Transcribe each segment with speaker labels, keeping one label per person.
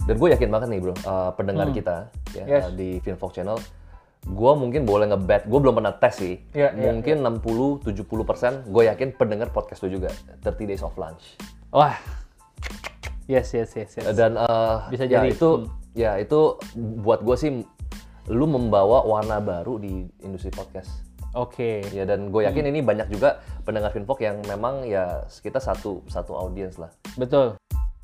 Speaker 1: Dan gue yakin banget nih bro, pendengar kita ya, di Finvox Channel, gue mungkin boleh nge-bet, gue belum pernah tes sih, mungkin 60-70% gue yakin pendengar podcast lu juga, 30 Days of Lunch.
Speaker 2: Wah, yes.
Speaker 1: Dan
Speaker 2: bisa
Speaker 1: ya
Speaker 2: jadi
Speaker 1: itu buat gue sih, lu membawa warna baru di industri podcast.
Speaker 2: Oke.
Speaker 1: Ya, dan gue yakin ini banyak juga pendengar Finvox yang memang ya kita satu audiens lah.
Speaker 2: Betul.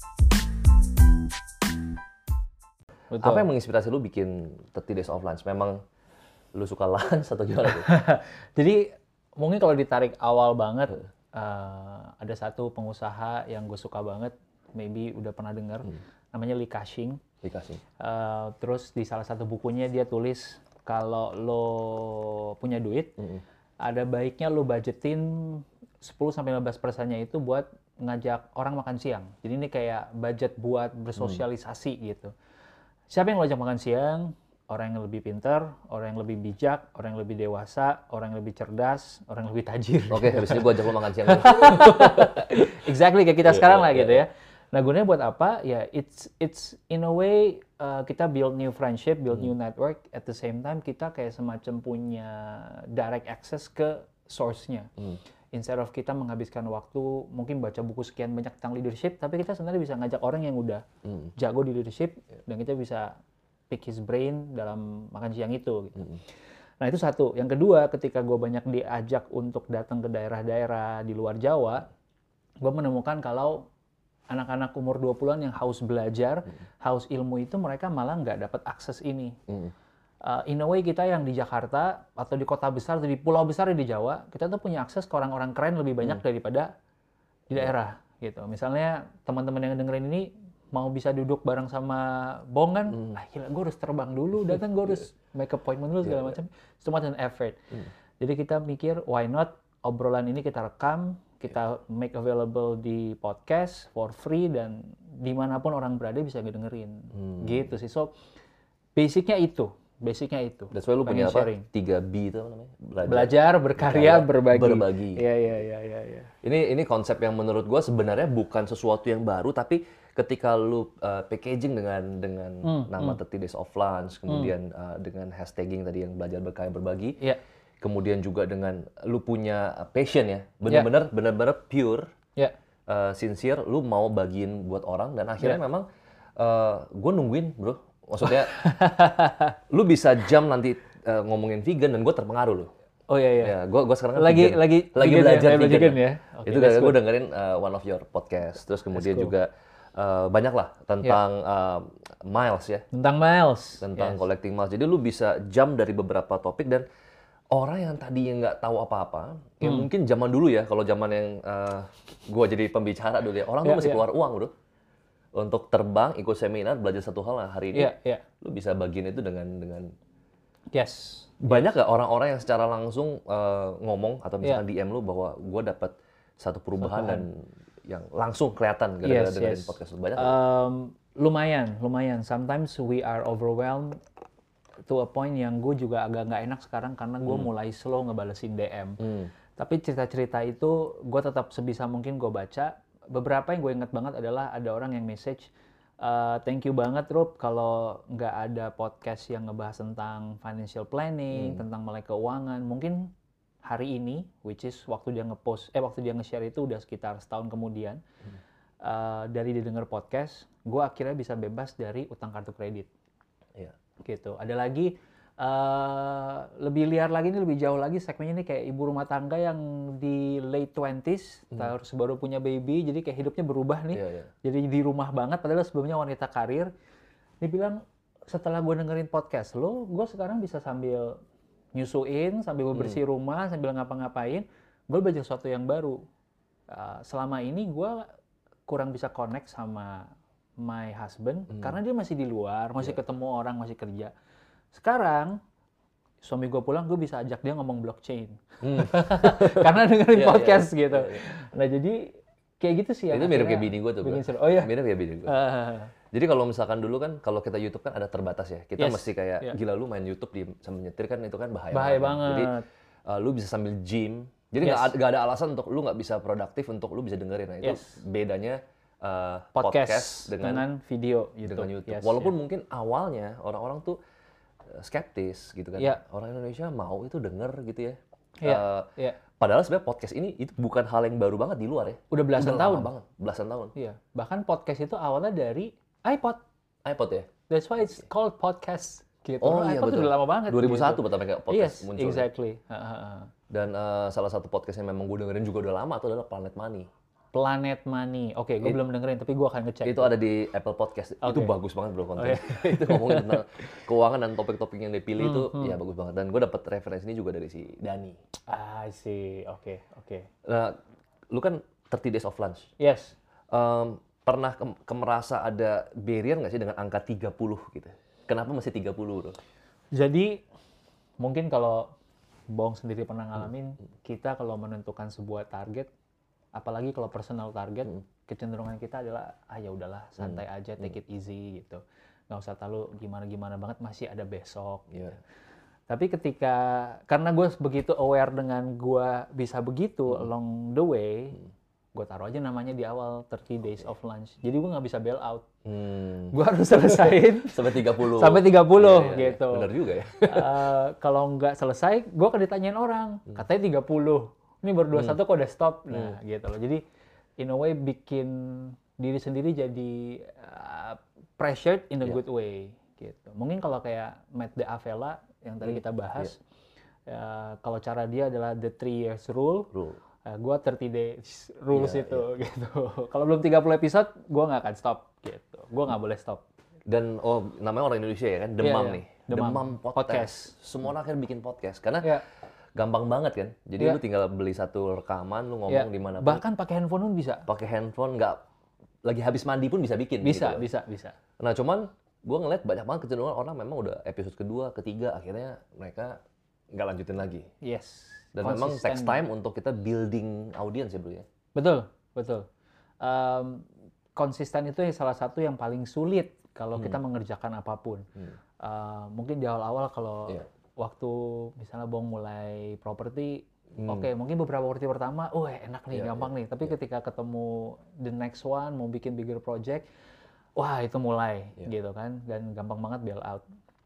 Speaker 1: Apa yang menginspirasi lu bikin 30 Days of Lunch? Memang lu suka lunch atau gimana tuh?
Speaker 2: Jadi mungkin kalau ditarik awal banget, ada satu pengusaha yang gue suka banget, maybe udah pernah dengar, namanya Li Ka-shing. Terus di salah satu bukunya dia tulis, kalau lo punya duit, ada baiknya lo budgetin 10-15%-nya itu buat ngajak orang makan siang. Jadi ini kayak budget buat bersosialisasi gitu. Siapa yang lo ajak makan siang? Orang yang lebih pintar, orang yang lebih bijak, orang yang lebih dewasa, orang yang lebih cerdas, orang yang lebih tajir.
Speaker 1: Oke, habis ini gue ajak lo makan siang.
Speaker 2: Exactly, kayak kita sekarang lah gitu ya. Nah, gunanya buat apa? Ya, it's in a way kita build new friendship, build new network. At the same time, kita kayak semacam punya direct access ke source-nya. Instead of kita menghabiskan waktu, mungkin baca buku sekian banyak tentang leadership, tapi kita sebenarnya bisa ngajak orang yang udah jago di leadership, dan kita bisa pick his brain dalam makan siang itu. Gitu. Nah, itu satu. Yang kedua, ketika gue banyak diajak untuk datang ke daerah-daerah di luar Jawa, gue menemukan kalau anak-anak umur 20-an yang haus belajar, haus ilmu itu, mereka malah nggak dapat akses ini. In a way kita yang di Jakarta atau di kota besar atau di pulau besar di Jawa, kita tuh punya akses ke orang-orang keren lebih banyak daripada di daerah gitu. Misalnya teman-teman yang dengerin ini mau bisa duduk bareng sama Bong kan, gila gue harus terbang dulu, datang gue harus make appointment dulu segala macam. It's too much an effort. Jadi kita mikir why not obrolan ini kita rekam, kita make available di podcast for free, dan dimanapun orang berada bisa ngedengerin. Gitu sih. So basicnya itu.
Speaker 1: That's why lu punya apa? 3B itu apa namanya?
Speaker 2: Belajar, berkarya, berbagi.
Speaker 1: Iya. Ini konsep yang menurut gue sebenarnya bukan sesuatu yang baru, tapi ketika lu packaging dengan nama 30 Days of Lunch, kemudian dengan hashtagging tadi yang belajar, berkarya, berbagi, kemudian juga dengan lu punya passion ya, benar-benar pure, sincere, lu mau bagiin buat orang, dan akhirnya memang gue nungguin bro. Maksudnya, lu bisa jam nanti ngomongin vegan, dan gue terpengaruh loh.
Speaker 2: Oh iya.
Speaker 1: Ya, gue sekarang kan
Speaker 2: lagi
Speaker 1: belajar
Speaker 2: vegan ya.
Speaker 1: Okay, itu gue dengerin one of your podcast. Terus kemudian juga banyak lah tentang miles ya.
Speaker 2: Tentang
Speaker 1: collecting miles. Jadi lu bisa jam dari beberapa topik, dan orang yang tadinya nggak tahu apa-apa, ya mungkin zaman dulu ya, kalau zaman yang gue jadi pembicara dulu ya, orang tuh mesti keluar uang bro. Untuk terbang, ikut seminar, belajar satu hal. Nah, hari ini lu bisa bagiin itu dengan banyak gak orang-orang yang secara langsung ngomong atau misalkan DM lu bahwa gue dapat satu perubahan dan yang langsung kelihatan gara-gara dengerin podcast lu? Banyak
Speaker 2: lumayan. Sometimes we are overwhelmed to a point yang gue juga agak nggak enak sekarang, karena gue mulai slow ngebalesin DM. Tapi cerita-cerita itu gue tetap sebisa mungkin gue baca. Beberapa yang gue ingat banget adalah ada orang yang message, thank you banget Rob, kalau nggak ada podcast yang ngebahas tentang financial planning, tentang melek keuangan, mungkin hari ini, which is waktu dia nge-share itu udah sekitar setahun kemudian, dari dia denger podcast, gue akhirnya bisa bebas dari utang kartu kredit. Gitu. Ada lagi, lebih liar lagi nih, lebih jauh lagi segmennya ini, kayak ibu rumah tangga yang di late 20s, terus baru punya baby, jadi kayak hidupnya berubah nih. Jadi di rumah banget, padahal sebelumnya wanita karir. Dia bilang, setelah gue dengerin podcast lo, gue sekarang bisa sambil nyusuin, sambil bersih rumah, sambil ngapa-ngapain, gue belajar sesuatu yang baru. Selama ini gue kurang bisa connect sama my husband, karena dia masih di luar, masih ketemu orang, masih kerja. Sekarang, suami gue pulang, gue bisa ajak dia ngomong blockchain. Karena dengerin podcast gitu. Nah, jadi kayak gitu sih.
Speaker 1: Itu mirip kayak bini gue tuh.
Speaker 2: Oh iya?
Speaker 1: Mirip kayak bini gue. Jadi kalau misalkan dulu kan, kalau kita YouTube kan ada terbatas ya. Kita mesti kayak, gila lu main YouTube sambil nyetir kan, itu kan bahaya
Speaker 2: banget.
Speaker 1: Jadi, lu bisa sambil gym. Jadi nggak ada alasan untuk lu nggak bisa produktif untuk lu bisa dengerin. Nah, itu bedanya
Speaker 2: podcast dengan video
Speaker 1: dengan YouTube.
Speaker 2: Yes,
Speaker 1: Walaupun mungkin awalnya orang-orang tuh skeptis gitu kan. Orang Indonesia mau itu denger gitu ya. Padahal sebenarnya podcast ini itu bukan hal yang baru banget di luar ya.
Speaker 2: Udah belasan tahun.
Speaker 1: Belasan tahun.
Speaker 2: Iya. Bahkan podcast itu awalnya dari iPod
Speaker 1: ya.
Speaker 2: That's why it's called podcast. Gitu.
Speaker 1: Oh iya
Speaker 2: iPod
Speaker 1: betul.
Speaker 2: Udah lama banget.
Speaker 1: 2001 pertama kayak podcast muncul.
Speaker 2: Yes, exactly.
Speaker 1: Dan salah satu podcast yang memang gue dengerin juga udah lama itu adalah Planet Money.
Speaker 2: Planet Money. Oke, gue belum dengerin, tapi gue akan ngecek.
Speaker 1: Itu ada di Apple Podcast. Itu bagus banget bro konten. Itu ngomongin tentang keuangan dan topik-topik yang dipilih itu ya bagus banget. Dan gue dapet referensi ini juga dari si Dani.
Speaker 2: I see. Oke.
Speaker 1: Nah, lu kan 30 Days of Lunch.
Speaker 2: Yes.
Speaker 1: Pernah merasa ada barrier nggak sih dengan angka 30 gitu? Kenapa masih 30 bro?
Speaker 2: Jadi, mungkin kalau Bong sendiri pernah ngalamin, kita kalau menentukan sebuah target, apalagi kalau personal target, kecenderungan kita adalah ya udahlah santai aja, take it easy gitu, nggak usah terlalu gimana banget, masih ada besok. Gitu. Tapi karena gue begitu aware dengan gue bisa begitu along the way, gue taruh aja namanya di awal 30 Days of Lunch. Jadi gue nggak bisa bail out. Gue harus selesaiin
Speaker 1: sampai 30.
Speaker 2: Sampai 30 gitu.
Speaker 1: Bener juga ya.
Speaker 2: Kalau nggak selesai, gue akan ditanyain orang. Katanya 30. Ini baru 21 kok udah stop. Nah, gitu loh. Jadi in a way bikin diri sendiri jadi pressured in a good way gitu. Mungkin kalau kayak Matt D'Avella yang tadi kita bahas, kalau cara dia adalah the 3 years rule. Gue 30 days rules itu gitu. Kalau belum 30 episode, gue nggak akan stop gitu. Gue nggak boleh stop.
Speaker 1: Dan namanya orang Indonesia ya kan, Demam nih. Demam podcast. Semua orang akan bikin podcast karena gampang banget kan. Jadi lu tinggal beli satu rekaman, lu ngomong di mana pun.
Speaker 2: Bahkan pakai handphone pun bisa.
Speaker 1: Pakai handphone, nggak lagi habis mandi pun bisa bikin.
Speaker 2: Bisa.
Speaker 1: Nah cuman gue ngeliat banyak banget kecenderungan orang memang udah episode kedua, ketiga, akhirnya mereka nggak lanjutin lagi.
Speaker 2: Yes.
Speaker 1: Dan memang takes time untuk kita building audience ya bro ya.
Speaker 2: Betul. Konsisten itu salah satu yang paling sulit kalau kita mengerjakan apapun. Mungkin di awal-awal kalau waktu misalnya Bong mulai properti, oke, mungkin beberapa properti pertama, enak nih, gampang nih. Tapi ketika ketemu the next one, mau bikin bigger project, wah itu mulai gitu kan, dan gampang banget bail out.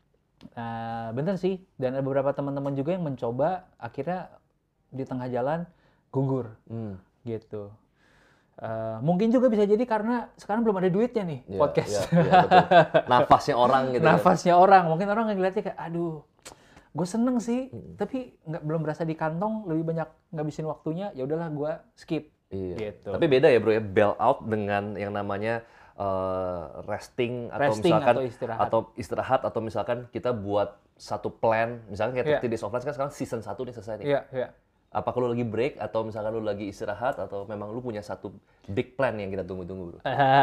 Speaker 2: Bener sih, dan ada beberapa teman-teman juga yang mencoba, akhirnya di tengah jalan gugur gitu. Mungkin juga bisa jadi karena sekarang belum ada duitnya nih podcast.
Speaker 1: Betul. Nafasnya orang gitu.
Speaker 2: Nafasnya orang, mungkin orang ngeliatnya kayak, aduh, gue seneng sih, tapi belum berasa di kantong, lebih banyak ngabisin waktunya, ya udahlah gue skip. Gitu.
Speaker 1: Tapi beda ya bro ya, bail out dengan yang namanya resting atau misalkan atau istirahat atau misalkan kita buat satu plan, misalkan kayak 30 Days of Lunch kan sekarang season 1 nih selesai nih. Apakah lu lagi break atau misalkan lu lagi istirahat atau memang lu punya satu big plan yang kita tunggu-tunggu bro?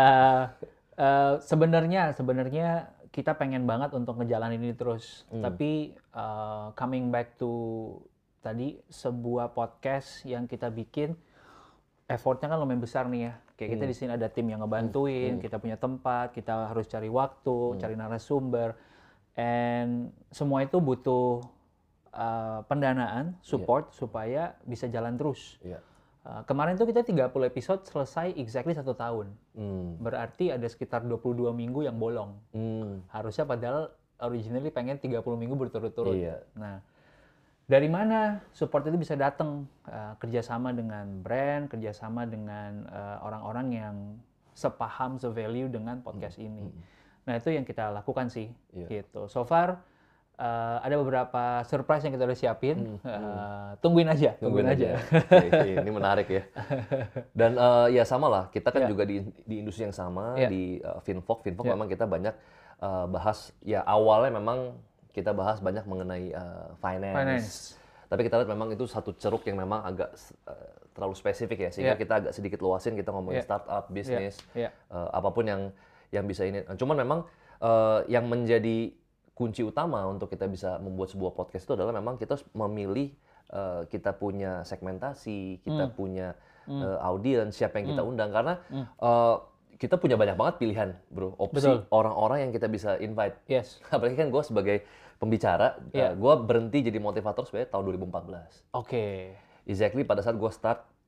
Speaker 2: Sebenarnya kita pengen banget untuk ngejalanin ini terus. Tapi coming back to tadi, sebuah podcast yang kita bikin, effortnya kan lumayan besar nih ya. Kayak kita di sini ada tim yang ngebantuin, kita punya tempat, kita harus cari waktu, cari narasumber, and semua itu butuh pendanaan, support supaya bisa jalan terus. Kemarin tuh kita 30 episode selesai exactly 1 tahun. Berarti ada sekitar 22 minggu yang bolong. Harusnya padahal originally pengen 30 minggu berturut-turut. Nah, dari mana support itu bisa datang? Kerjasama dengan brand, kerjasama dengan orang-orang yang sepaham, sevalue dengan podcast ini. Nah, itu yang kita lakukan sih. Gitu. So far, ada beberapa surprise yang kita udah siapin. Tungguin aja.
Speaker 1: Ini menarik ya. Dan ya sama lah, kita kan juga di industri yang sama, di Finvox memang kita banyak bahas, ya awalnya memang kita bahas banyak mengenai finance. Tapi kita lihat memang itu satu ceruk yang memang agak terlalu spesifik ya, sehingga kita agak sedikit luasin, kita ngomongin startup, bisnis, apapun yang bisa ini. Cuman memang yang menjadi kunci utama untuk kita bisa membuat sebuah podcast itu adalah memang kita memilih, kita punya segmentasi, kita punya audiens, siapa yang kita undang, karena kita punya banyak banget pilihan, bro, opsi orang-orang yang kita bisa invite. Apalagi kan gue sebagai pembicara, gue berhenti jadi motivator sebenarnya tahun 2014. Exactly pada saat gue start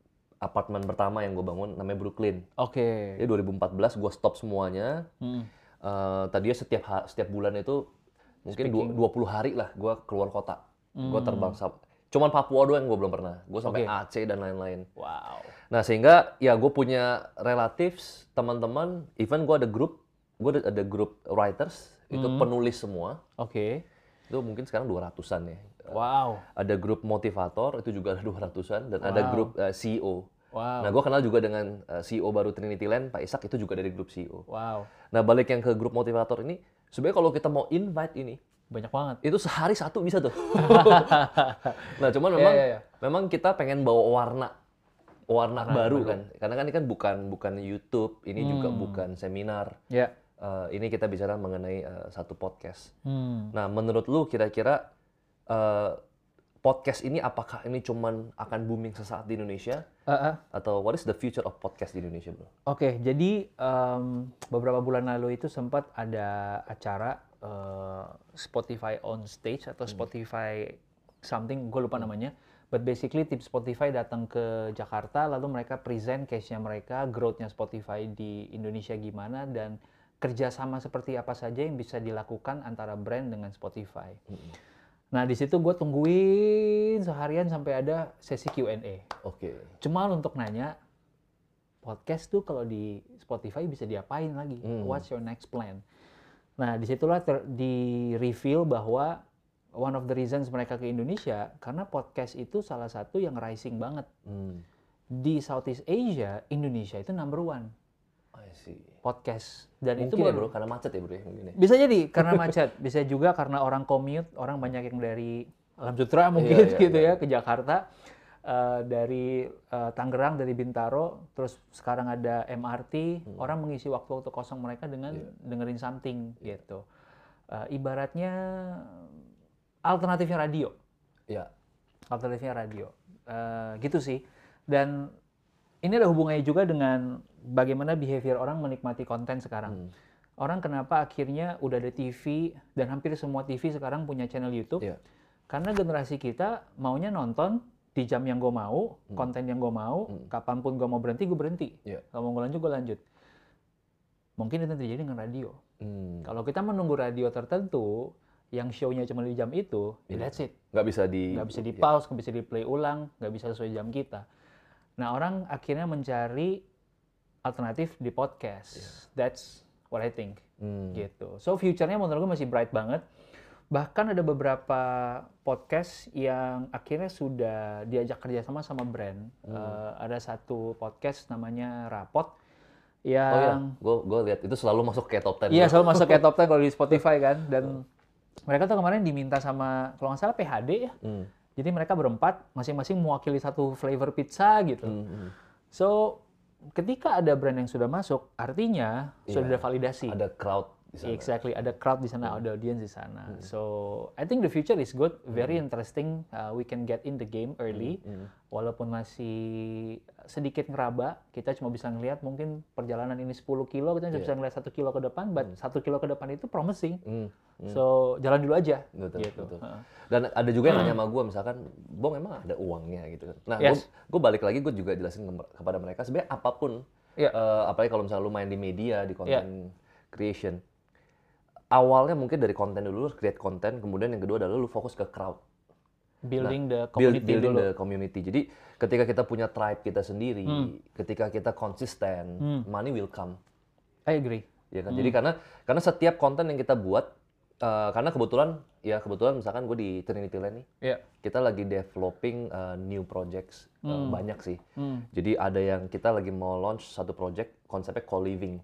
Speaker 1: apartemen pertama yang gue bangun namanya Brooklyn.
Speaker 2: Oke.
Speaker 1: Jadi 2014 gue stop semuanya. Tadinya setiap bulan itu mungkin 20 hari lah gue keluar kota. Gue terbang cuman Papua doang yang gue belum pernah. Gue sampai Aceh dan lain-lain.
Speaker 2: Wow.
Speaker 1: Nah sehingga ya gue punya relatives, teman-teman, even gue ada grup writers, itu penulis semua.
Speaker 2: Oke.
Speaker 1: Itu mungkin sekarang 200-an ya.
Speaker 2: Wow.
Speaker 1: Ada grup motivator, itu juga ada 200-an, dan ada grup CEO.
Speaker 2: Wow.
Speaker 1: Nah gue kenal juga dengan CEO baru Trinity Land, Pak Ishak, itu juga dari grup CEO.
Speaker 2: Wow.
Speaker 1: Nah balik yang ke grup motivator ini, sebenarnya kalau kita mau invite ini,
Speaker 2: banyak banget.
Speaker 1: Itu sehari satu bisa tuh. Nah, cuman memang kita pengen bawa warna baru kan. Karena kan ini kan bukan YouTube, ini juga bukan seminar. Ini kita bicara mengenai satu podcast. Nah, menurut lu kira-kira podcast ini apakah ini cuman akan booming sesaat di Indonesia? Atau what is the future of podcast di Indonesia, bro?
Speaker 2: Oke, jadi beberapa bulan lalu itu sempat ada acara Spotify on stage atau Spotify something, gue lupa namanya. But basically tim Spotify datang ke Jakarta, lalu mereka present case-nya mereka, growth-nya Spotify di Indonesia gimana, dan kerjasama seperti apa saja yang bisa dilakukan antara brand dengan Spotify. Nah di situ gue tungguin seharian sampai ada sesi Q&A. Cuma untuk nanya, podcast tuh kalau di Spotify bisa diapain lagi? What's your next plan? Nah, disitulah di-reveal bahwa one of the reasons mereka ke Indonesia, karena podcast itu salah satu yang rising banget. Di Southeast Asia, Indonesia itu number one.
Speaker 1: I see.
Speaker 2: Podcast. Dan
Speaker 1: mungkin
Speaker 2: itu
Speaker 1: ya bro, karena macet ya bro ya? Mungkin ya.
Speaker 2: Bisa jadi, karena macet. Bisa juga karena orang commute, orang banyak yang dari Alam Sutra mungkin ya, ke Jakarta. Dari Tangerang, dari Bintaro, terus sekarang ada MRT, orang mengisi waktu-waktu kosong mereka dengan dengerin something gitu. Ibaratnya alternatifnya radio. Alternatifnya radio. Gitu sih. Dan ini ada hubungannya juga dengan bagaimana behavior orang menikmati konten sekarang. Orang kenapa akhirnya udah ada TV, dan hampir semua TV sekarang punya channel YouTube. Karena generasi kita maunya nonton di jam yang gue mau, konten yang gue mau, kapanpun gue mau berhenti, gue berhenti. Kalau mau gue lanjut. Mungkin itu terjadi dengan radio. Kalau kita menunggu radio tertentu, yang show-nya cuma di jam itu, that's it.
Speaker 1: Nggak bisa
Speaker 2: di pause, nggak bisa di play ulang, nggak bisa sesuai jam kita. Nah, orang akhirnya mencari alternatif di podcast. That's what I think. Gitu. So, future-nya menurut gue masih bright banget. Bahkan ada beberapa podcast yang akhirnya sudah diajak kerjasama sama brand. Ada satu podcast namanya Rapot yang...
Speaker 1: gue lihat itu selalu masuk ke top 10.
Speaker 2: Iya, selalu masuk ke top 10 kalau di Spotify kan. Dan mereka tuh kemarin diminta sama, kalau nggak salah PHD ya. Jadi mereka berempat, masing-masing mewakili satu flavor pizza gitu. So, ketika ada brand yang sudah masuk, artinya sudah ada validasi.
Speaker 1: Ada crowd di sana.
Speaker 2: Exactly, ada crowd di sana, ada audience di sana. So, I think the future is good, very interesting. We can get in the game early, walaupun masih sedikit ngeraba. Kita cuma bisa ngelihat mungkin perjalanan ini 10 kilo, kita bisa ngelihat 1 kilo ke depan, but 1 kilo ke depan itu promising. So, jalan dulu aja.
Speaker 1: Betul. Dan ada juga yang nanya sama gue, misalkan, Bong emang ada uangnya gitu kan. Nah, gue balik lagi, gue juga jelasin kepada mereka, sebenarnya apapun, apalagi kalau misalnya lu main di media, di content creation, awalnya mungkin dari konten dulu, create konten, kemudian yang kedua adalah lu fokus ke crowd.
Speaker 2: Building the community
Speaker 1: building the community. Jadi ketika kita punya tribe kita sendiri, ketika kita konsisten, money will come.
Speaker 2: I agree.
Speaker 1: Ya kan? Jadi karena setiap konten yang kita buat, karena kebetulan misalkan gue di Trinity Land nih, kita lagi developing new projects, banyak sih. Jadi ada yang kita lagi mau launch satu project, konsepnya co-living.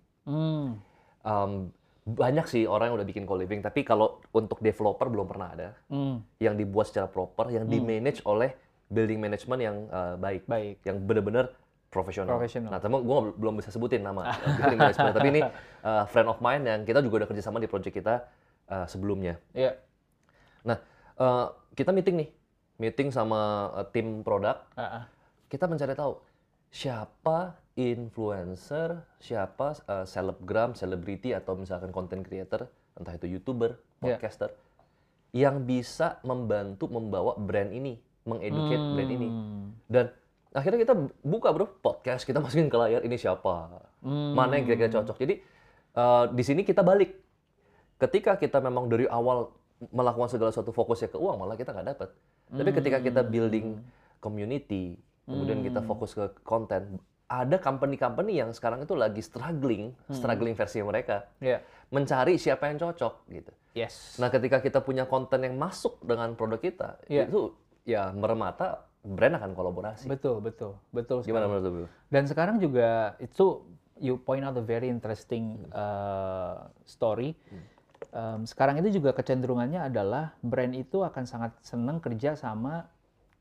Speaker 1: Banyak sih orang yang udah bikin co-living, tapi kalau untuk developer belum pernah ada yang dibuat secara proper, yang di-manage oleh building management yang baik, yang benar-benar profesional. Nah, teman gue belum bisa sebutin nama building management, tapi ini friend of mine yang kita juga udah kerjasama di project kita sebelumnya. Nah, kita meeting sama tim produk, kita mencari tahu siapa influencer, siapa selebgram, selebriti, atau misalkan content creator, entah itu YouTuber, podcaster, yang bisa membantu membawa brand ini, mengeducate brand ini. Dan akhirnya kita buka bro podcast, kita masukin ke layar ini siapa, mana yang kira-kira cocok. Jadi di sini kita balik. Ketika kita memang dari awal melakukan segala sesuatu fokusnya ke uang, malah kita nggak dapat. Tapi ketika kita building community, kemudian kita fokus ke konten, ada company-company yang sekarang itu lagi struggling versi mereka, mencari siapa yang cocok gitu.
Speaker 2: Yes.
Speaker 1: Nah, ketika kita punya konten yang masuk dengan produk kita, itu ya meremata brand akan kolaborasi.
Speaker 2: Betul.
Speaker 1: Gimana menurut lu?
Speaker 2: Dan sekarang juga itu you point out a very interesting story. Sekarang itu juga kecenderungannya adalah brand itu akan sangat senang kerja sama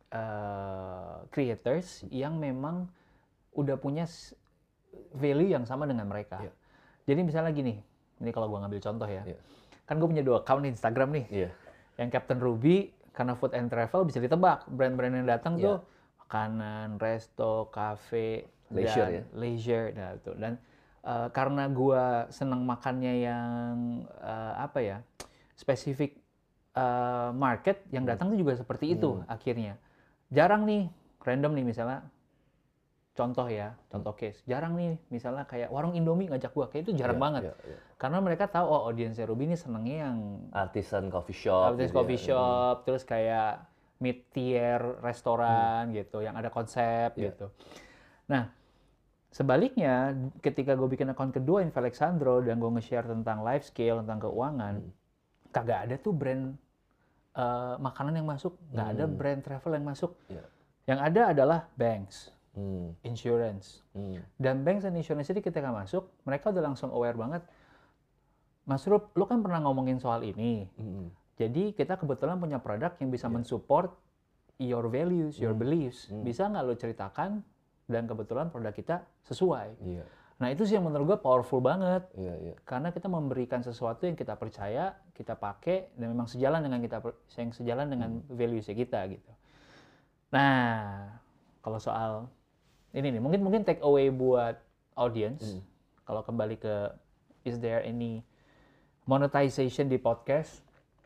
Speaker 2: creators yang memang udah punya value yang sama dengan mereka. Jadi misalnya gini, ini kalau gua ngambil contoh ya, kan gue punya 2 account di Instagram nih. Yang Captain Ruby, karena food and travel bisa ditebak brand-brand yang datang tuh makanan, resto, cafe, leisure, nah itu. Dan karena gua seneng makannya yang spesifik market, yang datang tuh juga seperti itu akhirnya. Jarang nih, random nih misalnya. Contoh case. Jarang nih, misalnya kayak warung Indomie ngajak gua, kayak itu jarang banget. Karena mereka tahu, audiensnya Ruby ini senengnya yang
Speaker 1: artisan coffee shop.
Speaker 2: Terus kayak mid-tier restoran gitu, yang ada konsep gitu. Nah, sebaliknya, ketika gue bikin akun kedua, Inve Alexandro, dan gue nge-share tentang life skill, tentang keuangan, kagak ada tuh brand makanan yang masuk, nggak ada brand travel yang masuk. Yang ada adalah banks. Insurance. Dan banks dan insurance ini ketika masuk, mereka udah langsung aware banget. Mas Rup, lu kan pernah ngomongin soal ini. Jadi kita kebetulan punya produk yang bisa mensupport your values, your beliefs. Bisa nggak lu ceritakan? Dan kebetulan produk kita sesuai. Nah itu sih yang menurut gue powerful banget. Karena kita memberikan sesuatu yang kita percaya, kita pakai, dan memang sejalan dengan yang sejalan dengan values-nya kita gitu. Nah, kalau soal ini nih, mungkin take away buat audience. Kalau kembali ke is there any monetization di podcast?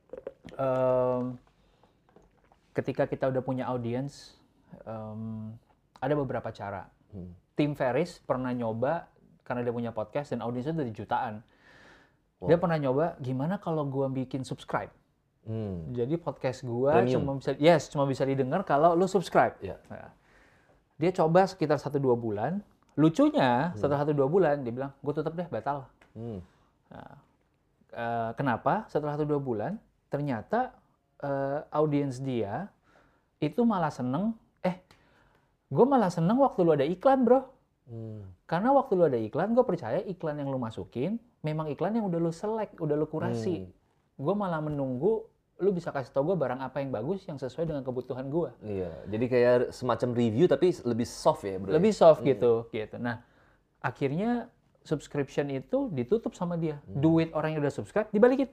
Speaker 2: Ketika kita udah punya audience, ada beberapa cara. Tim Ferriss pernah nyoba karena dia punya podcast dan audiensnya udah di jutaan. Dia pernah nyoba gimana kalau gua bikin subscribe. Jadi podcast gua cuma bisa didengar kalau lu subscribe. Nah, dia coba sekitar 1-2 bulan. Lucunya setelah 1-2 bulan dia bilang, gue tutup deh, batal. Nah, kenapa? Setelah 1-2 bulan ternyata audiens dia itu malah seneng. Gue malah seneng waktu lu ada iklan, bro. Karena waktu lu ada iklan, gue percaya iklan yang lu masukin memang iklan yang udah lu select, udah lu kurasi. Gue malah menunggu lu bisa kasih tau gue barang apa yang bagus yang sesuai dengan kebutuhan gue.
Speaker 1: Jadi kayak semacam review tapi lebih soft ya, bro.
Speaker 2: Lebih soft gitu. Nah, akhirnya subscription itu ditutup sama dia. Duit orang yang udah subscribe dibalikin.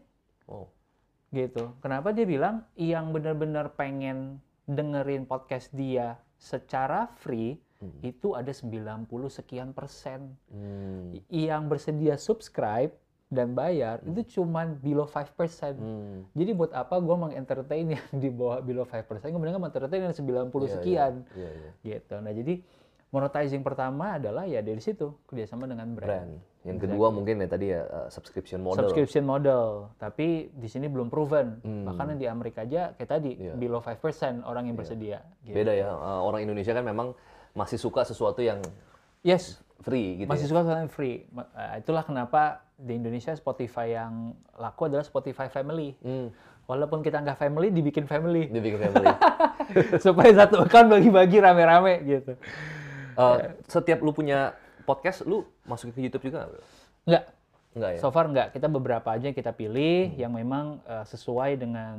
Speaker 2: Gitu. Kenapa dia bilang yang benar-benar pengen dengerin podcast dia secara free itu ada 90 sekian %. Yang bersedia subscribe dan bayar itu cuman below 5%. Jadi buat apa gue mengentertain yang di bawah below 5%? Gue mendingan mengentertain yang 90 sekian. Gitu. Nah jadi monetizing pertama adalah ya dari situ kerjasama dengan brand.
Speaker 1: Yang kedua mungkin ya tadi ya subscription model.
Speaker 2: Subscription model, tapi di sini belum proven. Bahkan di Amerika aja kayak tadi below 5% orang yang bersedia. Gitu.
Speaker 1: Beda ya, orang Indonesia kan memang masih suka sesuatu yang free gitu.
Speaker 2: Masih suka sesuatu yang free. Itulah kenapa di Indonesia Spotify yang laku adalah Spotify Family. Walaupun kita nggak family, dibikin family. Supaya satu account bagi-bagi rame-rame gitu.
Speaker 1: Setiap lu punya podcast, lu masukin ke YouTube juga
Speaker 2: nggak?
Speaker 1: Nggak ya?
Speaker 2: So far nggak. Kita beberapa aja yang kita pilih yang memang sesuai dengan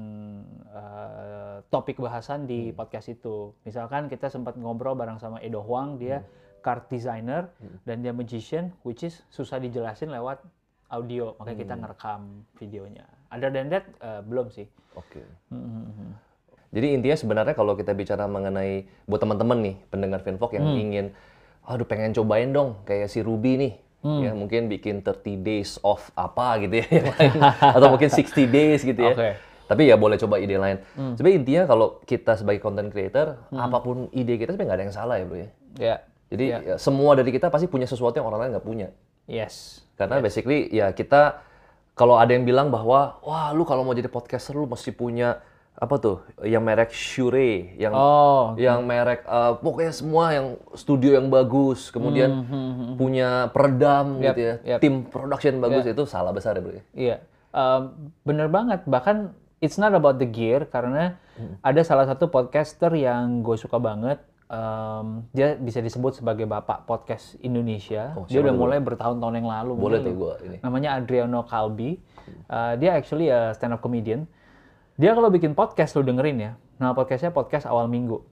Speaker 2: topik bahasan di podcast itu. Misalkan kita sempat ngobrol bareng sama Edo Huang, dia card designer dan dia magician, which is susah dijelasin lewat audio, makanya kita ngerekam videonya. Other than that, belum sih.
Speaker 1: Oke. Jadi intinya sebenarnya kalau kita bicara mengenai buat teman-teman nih pendengar Finvok yang ingin, aduh pengen cobain dong kayak si Ruby nih, ya mungkin bikin 30 days of apa gitu ya, atau mungkin 60 days gitu ya. Tapi ya boleh coba ide lain. Sebenarnya intinya kalau kita sebagai content creator, apapun ide kita sebenarnya nggak ada yang salah ya bro ya.
Speaker 2: Ya.
Speaker 1: Jadi ya, semua dari kita pasti punya sesuatu yang orang lain nggak punya.
Speaker 2: Yes.
Speaker 1: Karena basically ya kita, kalau ada yang bilang bahwa, wah lu kalau mau jadi podcaster lu mesti punya apa tuh, yang merek Shure, yang merek pokoknya semua yang studio yang bagus, kemudian punya peredam gitu ya, tim production bagus, itu salah besar ya bro.
Speaker 2: Iya, bener banget. Bahkan it's not about the gear, karena ada salah satu podcaster yang gue suka banget. Dia bisa disebut sebagai bapak podcast Indonesia. Dia udah mulai bertahun-tahun yang lalu.
Speaker 1: Boleh tuh gue ini.
Speaker 2: Namanya Adriano Calbi. Dia actually a stand-up comedian. Dia kalau bikin podcast, lu dengerin ya. Nama podcastnya Podcast Awal Minggu.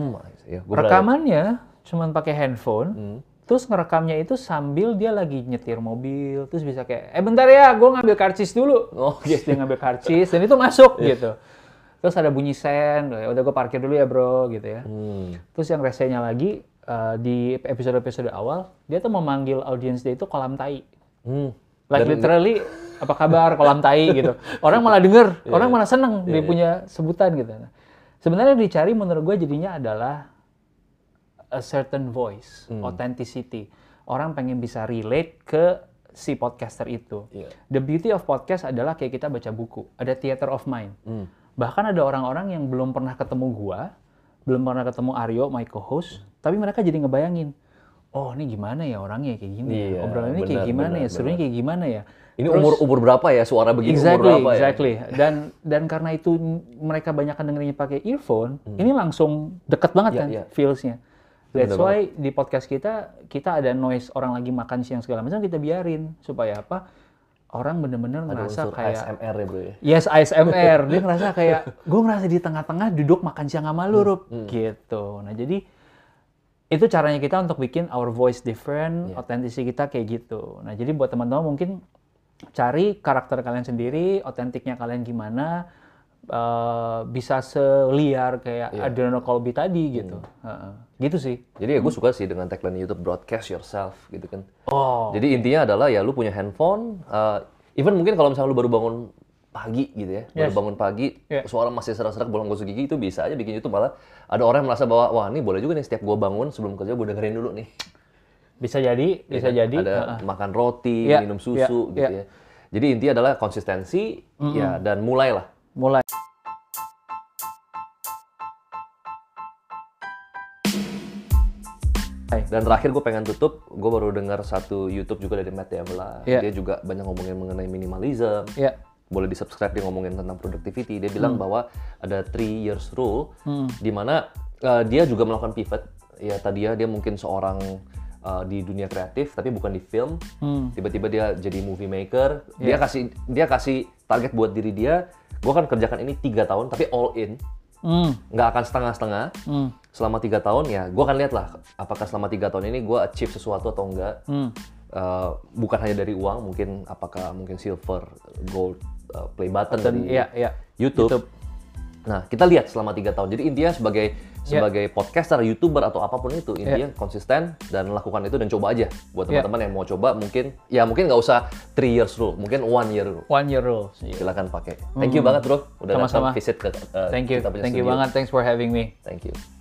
Speaker 2: Rekamannya cuman pakai handphone. Terus ngerekamnya itu sambil dia lagi nyetir mobil. Terus bisa kayak, bentar ya, gue ngambil karcis dulu. Terus dia ngambil karcis, dan itu masuk gitu. Terus ada bunyi sen, udah gue parkir dulu ya bro, gitu ya. Terus yang resenya lagi, di episode-episode awal, dia tuh memanggil audiens dia itu kolam tai. Like literally, apa kabar, kolam tai gitu. Orang malah denger, orang malah seneng dia punya sebutan gitu. Nah, sebenarnya dicari menurut gue jadinya adalah a certain voice, authenticity. Orang pengen bisa relate ke si podcaster itu. The beauty of podcast adalah kayak kita baca buku, ada theater of mind. Bahkan ada orang-orang yang belum pernah ketemu gua, belum pernah ketemu Aryo, my co-host, tapi mereka jadi ngebayangin, oh ini gimana ya orangnya kayak gini, obrolan ini kayak gimana ya, serunya kayak gimana ya.
Speaker 1: Ini umur berapa ya, suara begini umur berapa ya?
Speaker 2: Exactly. Dan karena itu mereka banyak dengerinnya pakai earphone, ini langsung deket banget kan feels-nya. That's why di podcast kita ada noise orang lagi makan siang segala macam, kita biarin supaya apa? Orang bener-bener ngerasa kayak
Speaker 1: ASMR ya bro ya?
Speaker 2: Yes, ASMR. Dia ngerasa kayak, gue ngerasa di tengah-tengah duduk makan siang sama lu, Rup. Gitu. Nah jadi, itu caranya kita untuk bikin our voice different, authenticity kita kayak gitu. Nah jadi buat teman-teman mungkin cari karakter kalian sendiri, otentiknya kalian gimana, bisa seliar kayak Adriano Calbi tadi gitu. Gitu sih.
Speaker 1: Jadi ya gue suka sih dengan tagline YouTube, broadcast yourself gitu kan. Jadi intinya adalah ya lu punya handphone, even mungkin kalau misalnya lu baru bangun pagi gitu ya, baru bangun pagi, suara masih serak-serak bolong gosok gigi, itu bisa aja bikin YouTube. Malah ada orang yang merasa bahwa wah ini boleh juga nih setiap gue bangun sebelum kerja gue dengerin dulu nih.
Speaker 2: Bisa jadi, bisa jadi.
Speaker 1: Ada makan roti, minum susu gitu ya. Jadi intinya adalah konsistensi ya, dan mulai. Dan terakhir gue pengen tutup, gue baru dengar satu YouTube juga dari Matt D'Avella. Dia juga banyak ngomongin mengenai minimalism. Boleh di-subscribe, dia ngomongin tentang productivity. Dia bilang bahwa ada 3 years rule, di mana dia juga melakukan pivot. Ya tadi dia mungkin seorang di dunia kreatif, tapi bukan di film. Tiba-tiba dia jadi movie maker. Dia kasih target buat diri dia. Gue akan kerjakan ini 3 tahun, tapi all in. Nggak akan setengah-setengah. Selama 3 tahun ya, gue akan lihat lah apakah selama 3 tahun ini gue achieve sesuatu atau enggak. Bukan hanya dari uang, mungkin silver, gold, play button dari YouTube. Nah, kita lihat selama 3 tahun. Jadi intinya sebagai podcaster, YouTuber atau apapun itu, intinya konsisten dan lakukan itu dan coba aja. Buat teman-teman yang mau coba, mungkin nggak usah 3 years rule, mungkin 1 year rule.
Speaker 2: 1 year rule.
Speaker 1: Silakan pakai. Thank you banget bro, udah datang visit ke
Speaker 2: Thank you banget, thanks for having me.
Speaker 1: Thank you.